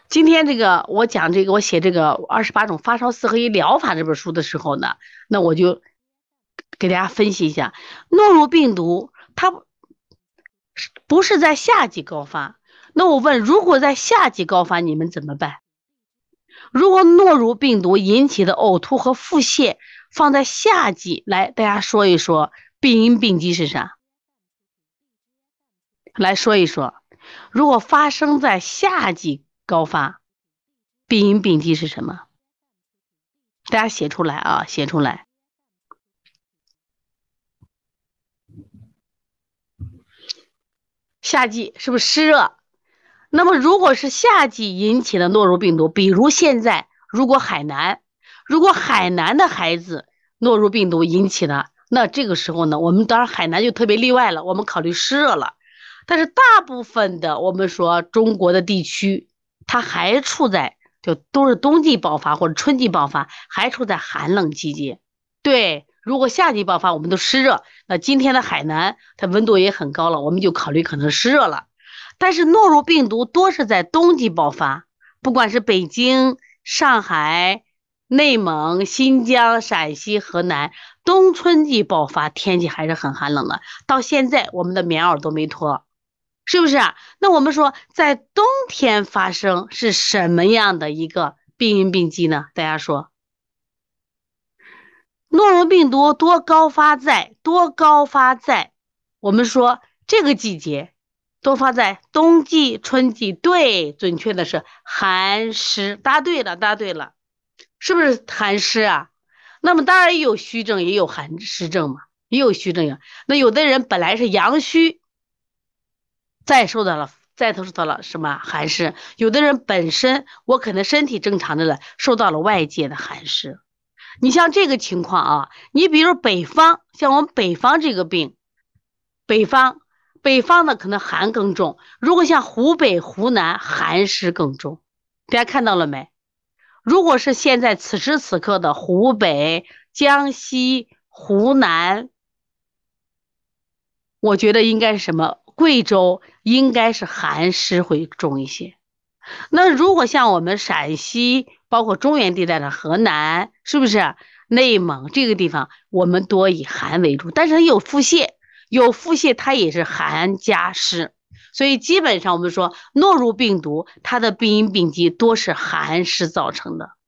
今天我讲我写28种发烧4合1疗法这本书的时候呢，那我就给大家分析一下，诺如病毒它不是在夏季高发。那我问，如果在夏季高发，你们怎么办？如果诺如病毒引起的呕吐和腹泻放在夏季，来，大家说一说病因病机是啥？来说一说，如果发生在夏季高发，病因病机是什么？大家写出来啊，写出来。夏季是不是湿热？那么如果是夏季引起的诺如病毒，比如现在如果海南的孩子诺如病毒引起的，那这个时候呢，我们当然海南就特别例外了，我们考虑湿热了。但是大部分的我们说中国的地区，它还处在就都是冬季爆发或者春季爆发，还处在寒冷季节。对，如果夏季爆发，我们都湿热，那今天的海南它温度也很高了，我们就考虑可能湿热了。但是诺如病毒多是在冬季爆发，不管是北京、上海、内蒙、新疆、陕西、河南，冬春季爆发，天气还是很寒冷的。到现在我们的棉袄都没脱，是不是啊？那我们说在冬天发生是什么样的一个病因病机呢？大家说，诺如病毒多高发在我们说这个季节。多发在冬季、春季，对，准确的是寒湿。答对了，答对了，是不是寒湿啊？那么当然也有虚症，也有寒湿症嘛，也有虚症呀。那有的人本来是阳虚，再受到了什么寒湿？有的人本身我可能身体正常的了，受到了外界的寒湿。你像这个情况啊，你比如北方，像我们北方这个病，北方。北方的可能寒更重，如果像湖北、湖南寒湿更重，大家看到了没？如果是现在此时此刻的湖北、江西、湖南，我觉得应该是什么？贵州应该是寒湿会重一些。那如果像我们陕西，包括中原地带的河南，是不是内蒙这个地方，我们多以寒为主，但是它有腹泻，它也是寒加湿，所以基本上我们说诺如病毒它的病因病机多是寒湿造成的，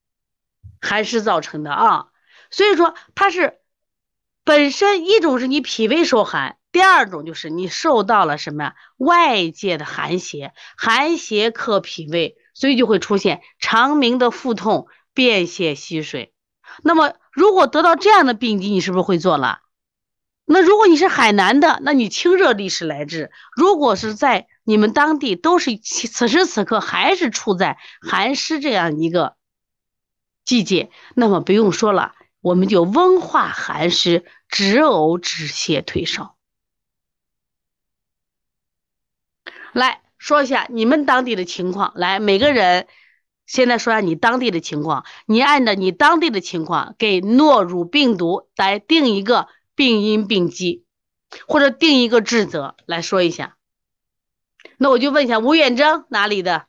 啊，所以说它是本身一种是你脾胃受寒。第二种就是你受到了什么呀？外界的寒邪，寒邪克脾胃，所以就会出现肠鸣的腹痛、便泻稀水。那么如果得到这样的病机，你是不是会做了？那如果你是海南的，那你清热利湿来治；如果是在你们当地都是此时此刻还是处在寒湿这样一个季节，那么不用说了，我们就温化寒湿，止呕止泻退烧。来说一下你们当地的情况，来，每个人现在说一下你当地的情况，你按照你当地的情况给诺如病毒来定一个病因病机，或者定一个治则来说一下。那我就问一下，吴远征哪里的？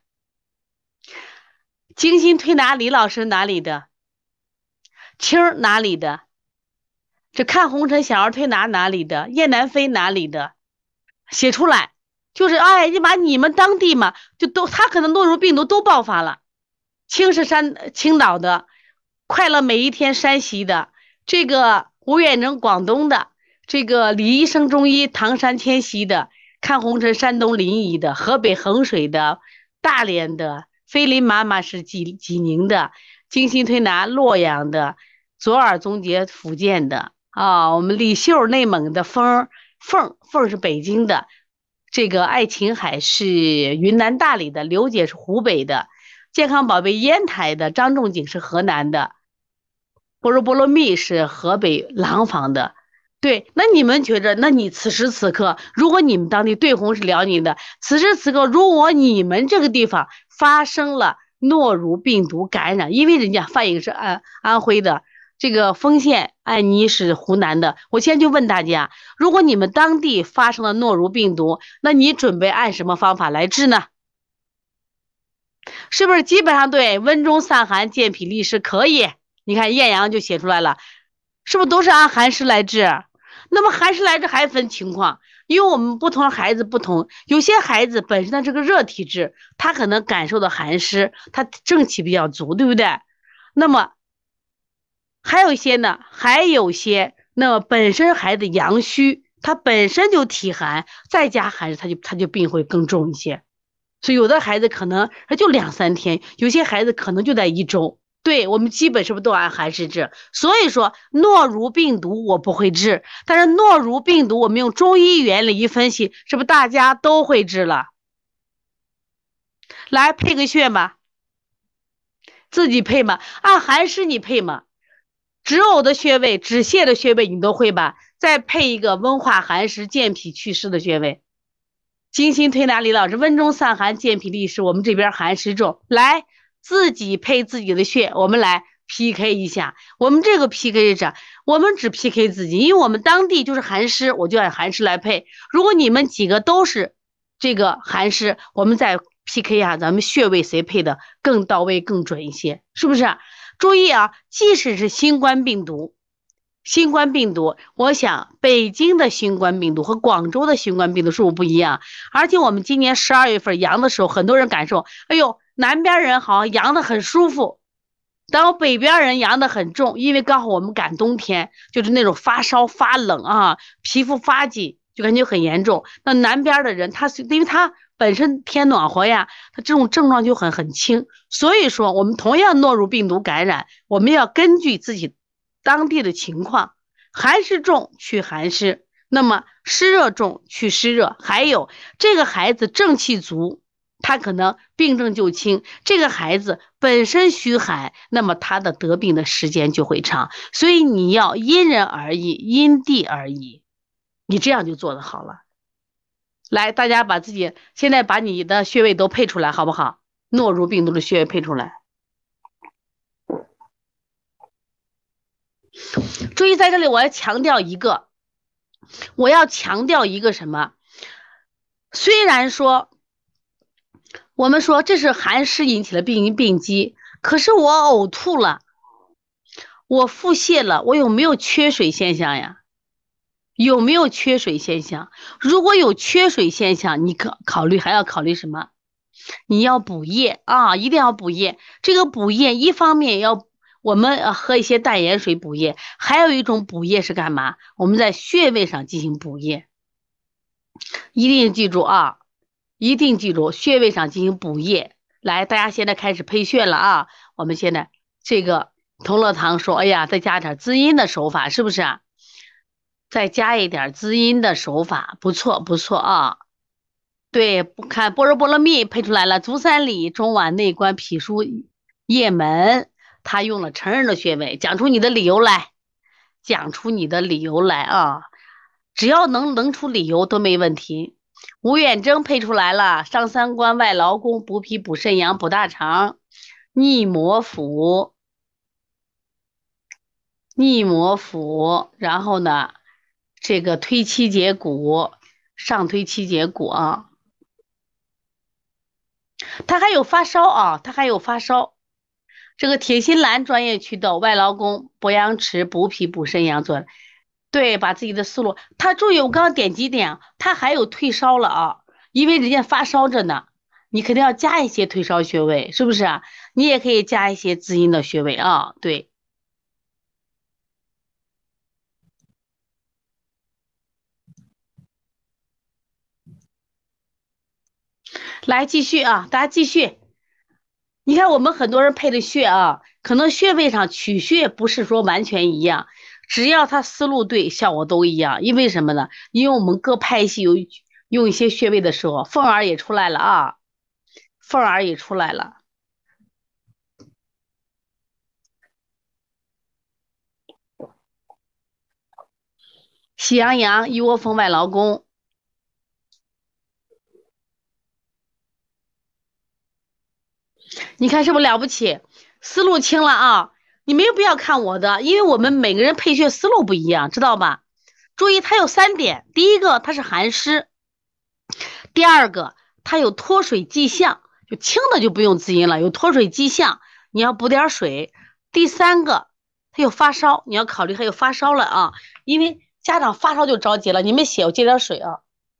精心推拿李老师哪里的？青儿哪里的？这看红尘小儿推拿哪里的？燕南飞哪里的？写出来。就是哎，你把你们当地嘛，就都他可能诺如病毒都爆发了。青是青岛的，快乐每一天山西的，这个吴远征广东的，这个李医生中医唐山迁西的，看红尘山东临沂的，河北衡水的，大连的，菲林妈妈是济宁的，精心推拿洛阳的，左耳总结福建的啊，我们李秀内蒙的，凤是北京的。这个爱琴海是云南大理的，刘姐是湖北的，健康宝贝烟台的，张仲景是河南的，波若波罗蜜是河北廊坊的。对，那你们觉着，那你此时此刻，如果你们当地对红是辽宁的，此时此刻，如果你们这个地方发生了诺如病毒感染，因为人家范颖是安徽的。这个丰县安妮是湖南的，我现在就问大家，如果你们当地发生了诺如病毒，那你准备按什么方法来治呢？ 是不是基本上对？温中散寒，健脾利湿，可以。你看艳阳就写出来了，是不是都是按寒湿来治？那么寒湿来治还分情况，因为我们不同孩子不同，有些孩子本身他这个热体质，他可能感受到寒湿，他正气比较足，对不对？那么还有一些呢，还有些那么本身孩子阳虚，他本身就体寒，再加寒湿，他就病会更重一些。所以有的孩子可能他就2、3天，有些孩子可能就在1周。对，我们基本是不是都按寒湿治？所以说诺如病毒我不会治，但是诺如病毒我们用中医原理一分析，是不是大家都会治了？来配个穴吧，自己配嘛，按寒湿你配嘛，止呕的穴位、止泻的穴位你都会吧？再配一个温化寒湿、健脾祛湿的穴位。精心推拿李老师，温中散寒，健脾利湿，我们这边寒湿重，来自己配自己的穴，我们来 PK 一下。我们这个 PK 是啥？我们只 PK 自己，因为我们当地就是寒湿，我就按寒湿来配。如果你们几个都是这个寒湿，我们再 PK 一下咱们穴位谁配的更到位、更准一些，是不是？注意啊，即使是新冠病毒。新冠病毒，我想北京的新冠病毒和广州的新冠病毒是不是不一样？而且我们今年12月份阳的时候，很多人感受，哎呦，南边人好像阳的很舒服，然后北边人阳的很重，因为刚好我们赶冬天，就是那种发烧发冷啊，皮肤发紧，就感觉很严重。那南边的人，因为他本身天暖和呀，他这种症状就很轻。所以说，我们同样诺如病毒感染，我们要根据自己当地的情况，寒湿重去寒湿，那么湿热重去湿热，还有这个孩子正气足，他可能病症就轻；这个孩子本身虚寒，那么他的得病的时间就会长。所以你要因人而异，因地而异，你这样就做得好了。来，大家把自己现在把你的穴位都配出来，好不好？诺如病毒的穴位配出来。注意，在这里我要强调一个，什么？虽然说我们说这是寒湿引起的病机，可是我呕吐了，我腹泻了，我有没有缺水现象呀？有没有缺水现象？如果有缺水现象，你还要考虑什么？你要补液啊，一定要补液。这个补液一方面要我们喝一些淡盐水补液，还有一种补液是干嘛？我们在穴位上进行补液，一定记住啊，一定记住穴位上进行补液。来，大家现在开始配穴了啊！我们现在这个同乐堂说，哎呀，再加点滋阴的手法，是不是啊？再加一点滋阴的手法，不错不错啊。对，看般若波罗蜜配出来了，足三里、中脘内关、脾腧、液门，他用了成人的穴位，讲出你的理由来，讲出你的理由来啊！只要能出理由都没问题。吴远征配出来了，上三关、外劳宫、补脾、补肾阳、补大肠、逆摩腹、然后呢，这个推七节骨，上推七节骨啊。他还有发烧啊，他还有发烧。这个铁心兰专业祛痘，外劳宫、鄱阳池、补脾补肾阳做的。对，把自己的思路。他注意，我刚刚点几点啊？他还有退烧了啊，因为人家发烧着呢，你肯定要加一些退烧穴位，是不是啊？你也可以加一些滋阴的穴位啊。对，来继续啊，大家继续。你看我们很多人配的穴啊，可能穴位上取穴不是说完全一样，只要他思路对，效果都一样。因为什么呢？因为我们各派系有用一些穴位的时候，凤儿也出来了啊，凤儿也出来了。喜羊羊、一窝蜂、外劳宫，你看是不是了不起？思路清了啊！你没有必要看我的，因为我们每个人配穴思路不一样，知道吧？注意，它有3点：第一个，它是寒湿；第二个，它有脱水迹象； 就轻的就不用滋阴了，有脱水迹象，你要补点水。第三个，他有发烧，你要考虑还有发烧了啊，因为家长发烧就着急了，你们血我接点水啊。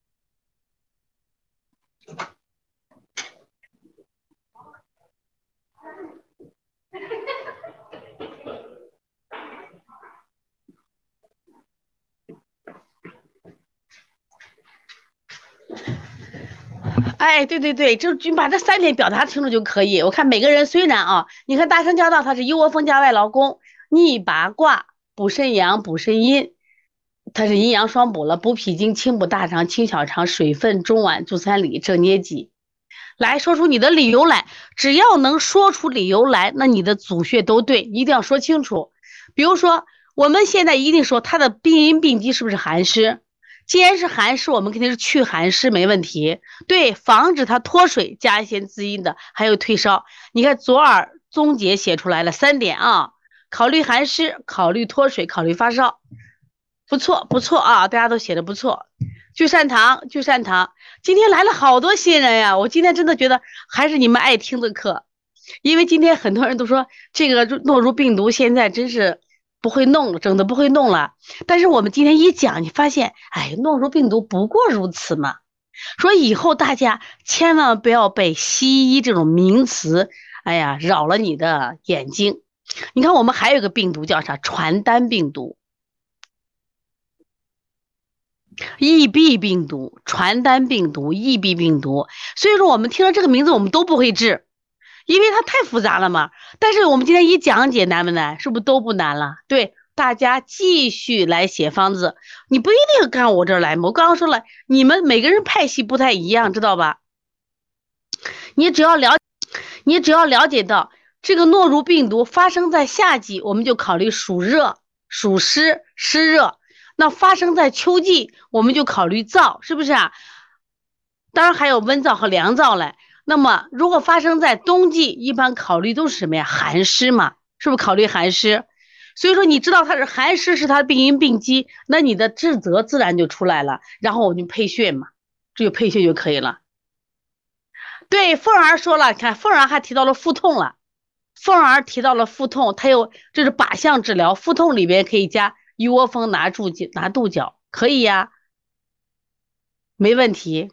哎，对对对，就你把这3点表达清楚就可以。我看每个人虽然啊，你看大生交道它是一窝蜂加外劳宫，逆八卦补肾阳补肾阴，它是阴阳双补了，补脾经、清补大肠、清小肠、水分中脘、足三里、正捏脊。来说出你的理由来，只要能说出理由来，那你的组穴都对，一定要说清楚。比如说，我们现在一定说它的病因病机是不是寒湿？既然是寒湿，我们肯定是去寒湿没问题。对，防止它脱水，加一些滋阴的，还有退烧。你看左耳总结写出来了3点啊，考虑寒湿，考虑脱水，考虑发烧，不错不错啊，大家都写的不错。聚善堂，聚善堂，今天来了好多新人呀！我今天真的觉得还是你们爱听的课，因为今天很多人都说这个诺如病毒现在真是不会弄了，整的不会弄了。但是我们今天一讲，你发现，哎，诺如病毒不过如此嘛。说以后大家千万不要被西医这种名词，哎呀，扰了你的眼睛。你看，我们还有一个病毒叫啥？传单病毒。EB 病毒、传单病毒、EB 病毒，所以说我们听了这个名字，我们都不会治，因为它太复杂了嘛。但是我们今天一讲解难不难？是不是都不难了？对，大家继续来写方子，你不一定干我这儿来嘛。我刚刚说了，你们每个人派系不太一样，知道吧？你只要了，你只要了解到这个诺如病毒发生在夏季，我们就考虑暑热、暑湿、湿热。那发生在秋季，我们就考虑燥，是不是啊？当然还有温燥和凉燥嘞。那么如果发生在冬季，一般考虑都是什么呀？寒湿嘛，是不是考虑寒湿？所以说你知道它是寒湿是它的病因病机，那你的治则自然就出来了。然后我们就配穴嘛，只有配穴就可以了。对，凤儿说了，看凤儿还提到了腹痛了。凤儿提到了腹痛，它有这是靶向治疗，腹痛里边可以加一窝蜂拿肚角，可以呀，没问题。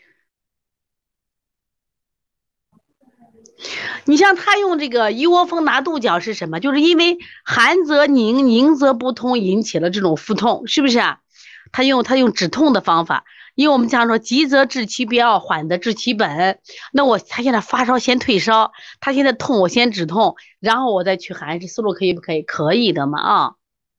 你像他用这个一窝蜂拿肚角是什么？就是因为寒则凝，凝则不通，引起了这种腹痛，是不是啊？他用止痛的方法，因为我们讲说急则治其标，缓则治其本。那他现在发烧先退烧，他现在痛我先止痛，然后我再去寒，这思路可以不可以？可以的嘛啊。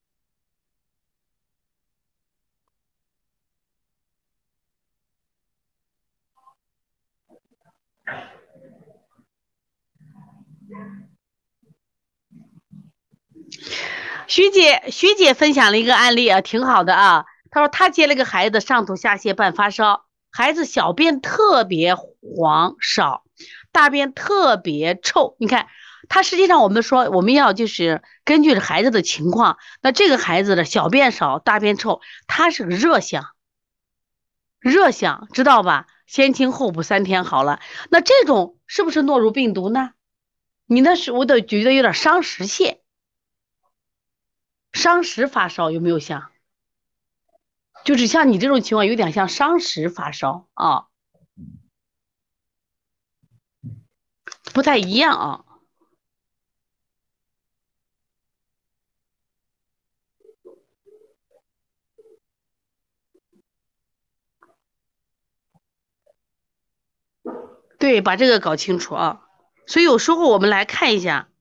徐姐分享了一个案例啊，挺好的啊。她说她接了个孩子，上吐下泻伴发烧，孩子小便特别黄少，大便特别臭。你看，他实际上我们说我们要就是根据孩子的情况，那这个孩子的小便少，大便臭，他是个热象，热象知道吧？先清后补3天好了。那这种是不是诺如病毒呢？你那是我得觉得有点伤食泻。伤食发烧有没有像？就是像你这种情况，有点像伤食发烧啊，不太一样啊。对，把这个搞清楚啊。所以有时候我们来看一下，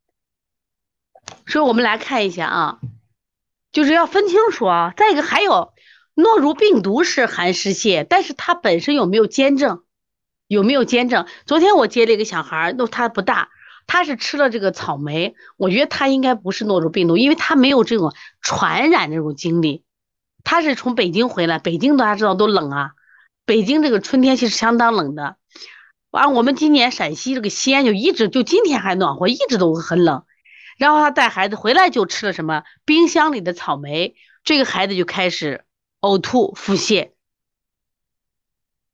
所以我们来看一下啊，就是要分清楚啊。再一个还有，诺如病毒是寒湿泻，但是它本身有没有兼症？有没有兼症？昨天我接了一个小孩，那他不大，他是吃了这个草莓，我觉得他应该不是诺如病毒，因为他没有这种传染这种经历。他是从北京回来，北京大家知道都冷啊，北京这个春天其实相当冷的。完，我们今年陕西这个西安就一直就今天还暖和，一直都很冷。然后他带孩子回来就吃了什么冰箱里的草莓，这个孩子就开始呕吐腹泻。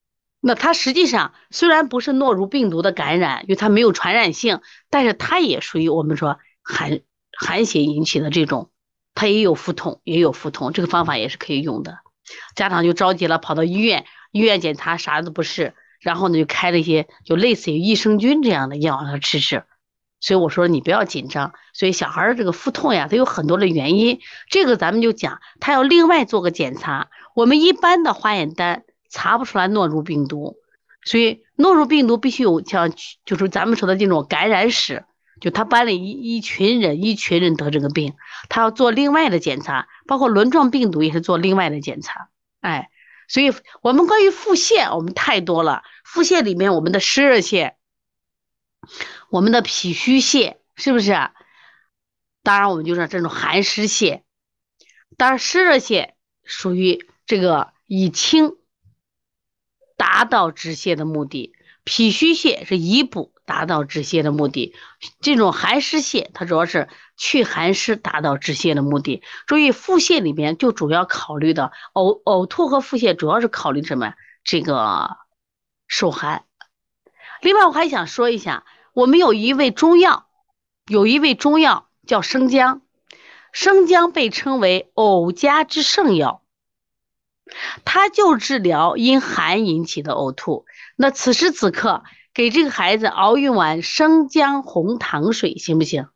那它实际上虽然不是诺如病毒的感染，因为它没有传染性，但是它也属于我们说寒邪引起的这种，它也有腹痛，这个方法也是可以用的。家长就着急了，跑到医院，医院检查啥都不是，然后呢就开了一些就类似于益生菌这样的药让他吃吃。所以我说你不要紧张，所以小孩的这个腹痛呀，它有很多的原因，这个咱们就讲，他要另外做个检查。我们一般的化验单查不出来诺如病毒，所以诺如病毒必须有像就是咱们说的这种感染史，就他班里一群人得这个病，他要做另外的检查，包括轮状病毒也是做另外的检查。哎，所以我们关于腹泻我们太多了，腹泻里面我们的湿热泻，我们的脾虚泻是不是啊？当然我们就说这种寒湿泻，当然湿热泻属于这个以清达到止泻的目的，脾虚泻是以补达到止泻的目的，这种寒湿泻它主要是去寒湿达到止泻的目的。注意腹泻里面就主要考虑的呕吐和腹泻主要是考虑什么？这个受寒。另外我还想说一下，我们有一味中药叫生姜，生姜被称为呕家之圣药。它就治疗因寒引起的呕吐。那此时此刻给这个孩子熬一碗生姜红糖水行不行？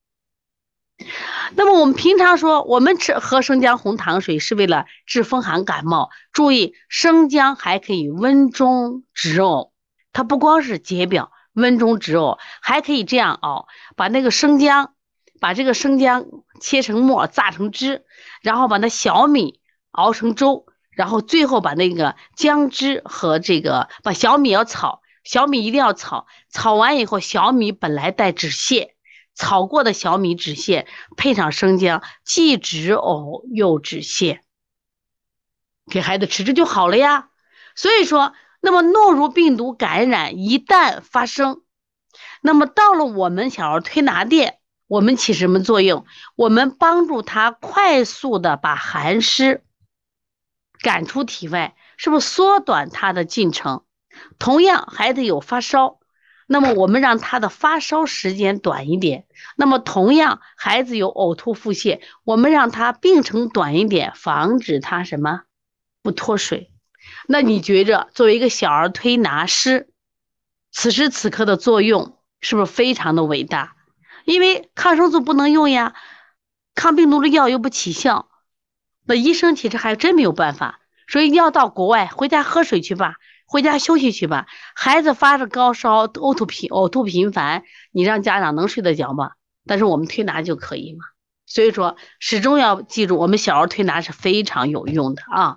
那么我们平常说我们喝生姜红糖水是为了治风寒感冒，注意生姜还可以温中止呕，它不光是解表温中止呕，还可以这样熬，把这个生姜切成末榨成汁，然后把那小米熬成粥，然后最后把那个姜汁和把小米要炒，小米一定要炒，炒完以后小米本来带止泻，炒过的小米止泻，配上生姜，既止呕又止泻，给孩子吃这就好了呀。所以说，那么诺如病毒感染一旦发生，那么到了我们小儿推拿店，我们起什么作用？我们帮助他快速的把寒湿赶出体外，是不是缩短他的进程？同样，孩子有发烧，那么我们让他的发烧时间短一点。那么同样，孩子有呕吐腹泻，我们让他病程短一点，防止他什么不脱水。那你觉着作为一个小儿推拿师，此时此刻的作用是不是非常的伟大？因为抗生素不能用呀，抗病毒的药又不起效，那医生其实还真没有办法，所以要到国外，回家喝水去吧，回家休息去吧。孩子发着高烧，呕吐频繁，你让家长能睡得着吗？但是我们推拿就可以嘛。所以说，始终要记住，我们小儿推拿是非常有用的啊。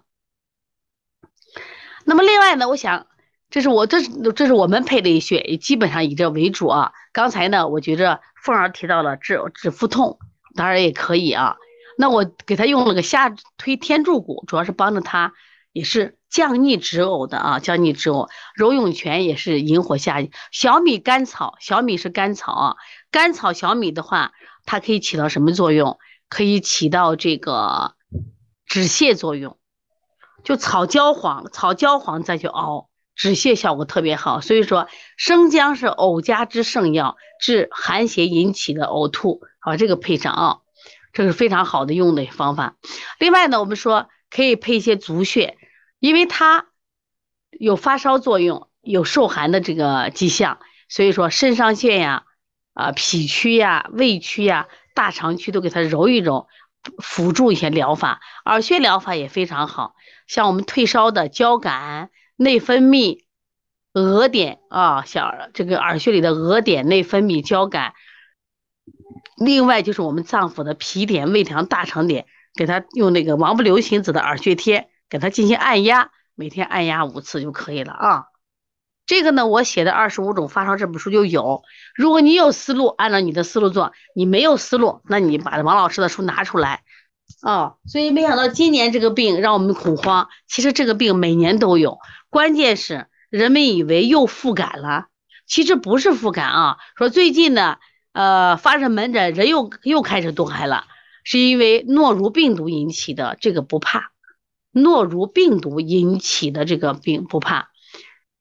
那么另外呢，我想，这是我们配的一些，基本上以这为主啊。刚才呢，我觉着凤儿提到了治腹痛，当然也可以啊。那我给他用了个下推天柱骨，主要是帮着他，也是降逆止呕的啊，降逆止呕。柔涌泉也是引火下逆。小米甘草，小米是甘草啊，甘草小米的话，它可以起到什么作用？可以起到这个止泻作用。就炒焦黄再去熬，止泻效果特别好。所以说，生姜是呕家之圣药，治寒邪引起的呕吐啊，这个配上啊，这是非常好的用的方法。另外呢，我们说可以配一些足穴，因为它有发烧作用，有受寒的这个迹象，所以说肾上腺呀、脾区呀、胃区呀、大肠区都给它揉一揉，辅助一些疗法。耳穴疗法也非常好。像我们退烧的交感、内分泌、额点啊，这个耳穴里的额点、内分泌、交感，另外就是我们脏腑的脾点、胃肠、大肠点，给他用那个王不留行子的耳穴贴，给他进行按压，每天按压5次就可以了啊。这个呢，我写的25种发烧这本书就有。如果你有思路，按照你的思路做；你没有思路，那你把王老师的书拿出来。所以没想到今年这个病让我们恐慌，其实这个病每年都有，关键是人们以为又复感了，其实不是复感啊。说最近呢，发热门诊人又开始多开了，是因为诺如病毒引起的，这个不怕，诺如病毒引起的这个病不怕。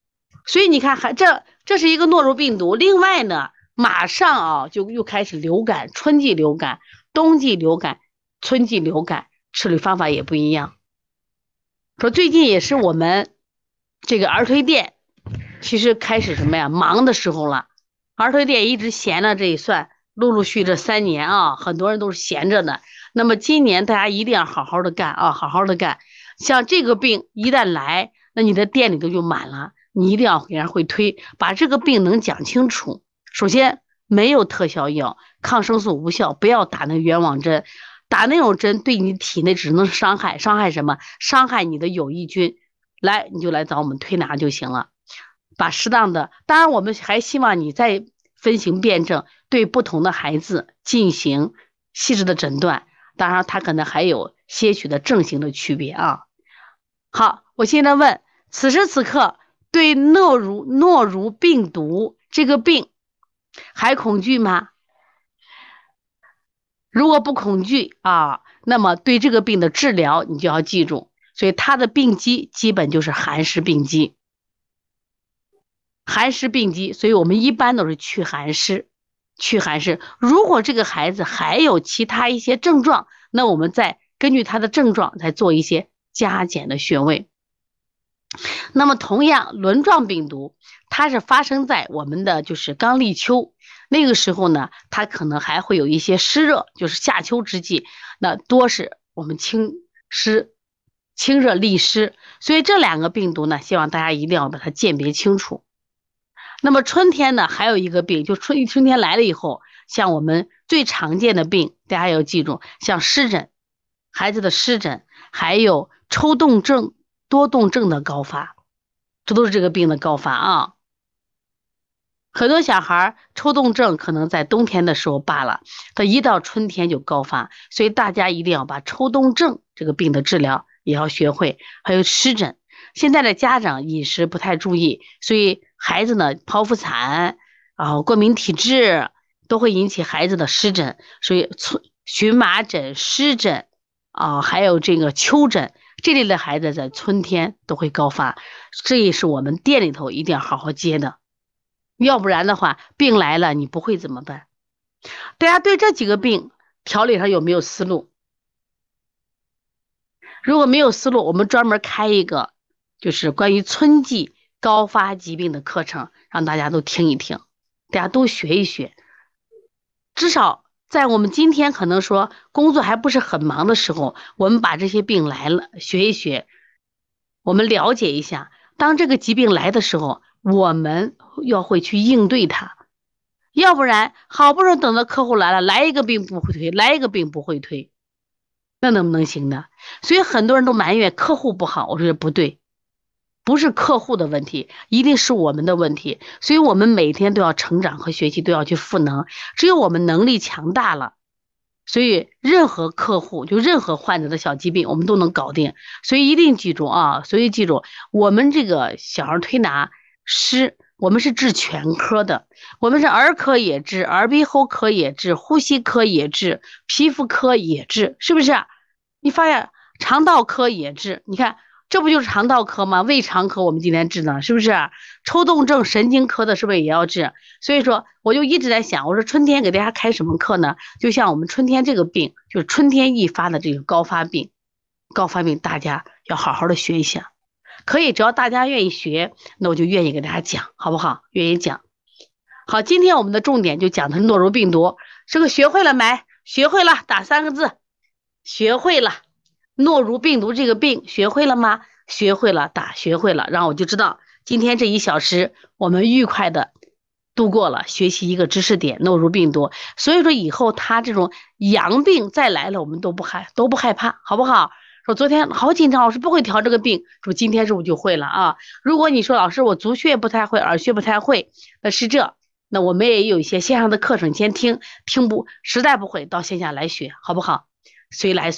所以你看，这是一个诺如病毒。另外呢，马上啊就又开始流感，春季流感、冬季流感、春季流感，处理方法也不一样。说最近也是我们这个儿推店，其实开始什么呀，忙的时候了。儿推店一直闲着，这一算，陆陆续这3年啊，很多人都是闲着的。那么今年大家一定要好好的干啊，好好的干。像这个病一旦来，那你的店里头就满了，你一定要给人会推，把这个病能讲清楚。首先，没有特效药，抗生素无效，不要打那冤枉针。打那种针对你体内只能伤害，伤害什么？伤害你的有益菌。来，你就来找我们推拿就行了。把适当的，当然我们还希望你再分型辨证，对不同的孩子进行细致的诊断。当然，它可能还有些许的症型的区别啊。好，我现在问，此时此刻对诺如病毒这个病还恐惧吗？如果不恐惧啊，那么对这个病的治疗你就要记住，所以它的病机基本就是寒湿病机，寒湿病机，所以我们一般都是祛寒湿，祛寒湿。如果这个孩子还有其他一些症状，那我们再根据他的症状再做一些加减的穴位。那么同样，轮状病毒它是发生在我们的就是刚立秋。那个时候呢，它可能还会有一些湿热，就是夏秋之际，那多是我们清热利湿，所以这2个病毒呢，希望大家一定要把它鉴别清楚。那么春天呢，还有一个病，就春天来了以后，像我们最常见的病，大家要记住，像湿疹，孩子的湿疹，还有抽动症、多动症的高发，这都是这个病的高发啊。很多小孩抽动症可能在冬天的时候罢了，他一到春天就高发，所以大家一定要把抽动症这个病的治疗也要学会。还有湿疹，现在的家长饮食不太注意，所以孩子呢剖腹产过敏体质都会引起孩子的湿疹，所以荨麻疹、湿疹还有这个丘疹这类的孩子在春天都会高发，这也是我们店里头一定要好好接的。要不然的话，病来了你不会怎么办？大家对这几个病调理上有没有思路？如果没有思路，我们专门开一个就是关于春季高发疾病的课程，让大家都听一听，大家都学一学。至少在我们今天可能说工作还不是很忙的时候，我们把这些病来了学一学，我们了解一下，当这个疾病来的时候，我们要会去应对它。要不然好不容易等到客户来了，来一个病不会推，来一个病不会推，那能不能行呢？所以很多人都埋怨客户不好，我说不对，不是客户的问题，一定是我们的问题。所以我们每天都要成长和学习，都要去赋能。只有我们能力强大了，所以任何客户就任何患者的小疾病我们都能搞定。所以一定记住啊，所以记住我们这个小儿推拿师，我们是治全科的，我们是儿科也治，耳鼻喉科也治，呼吸科也治，皮肤科也治，是不是？你发现肠道科也治，你看这不就是肠道科吗？胃肠科我们今天治呢，是不是？抽动症神经科的是不是也要治？所以说我就一直在想，我说春天给大家开什么课呢？就像我们春天这个病，就是春天易发的这个高发病，大家要好好的学一下。可以，只要大家愿意学，那我就愿意给大家讲，好不好？愿意讲。好，今天我们的重点就讲的是诺如病毒，这个学会了没？学会了，打3个字，学会了。诺如病毒这个病学会了吗？学会了，打学会了，然后我就知道今天这1小时我们愉快的度过了，学习一个知识点，诺如病毒。所以说以后他这种阳病再来了，我们都不害怕，好不好？说昨天好紧张，老师不会调这个病，说今天是不是就会了啊？如果你说老师我足穴不太会，耳穴不太会，那我们也有一些线上的课程，先听不实在不会到线下来学，好不好？随来。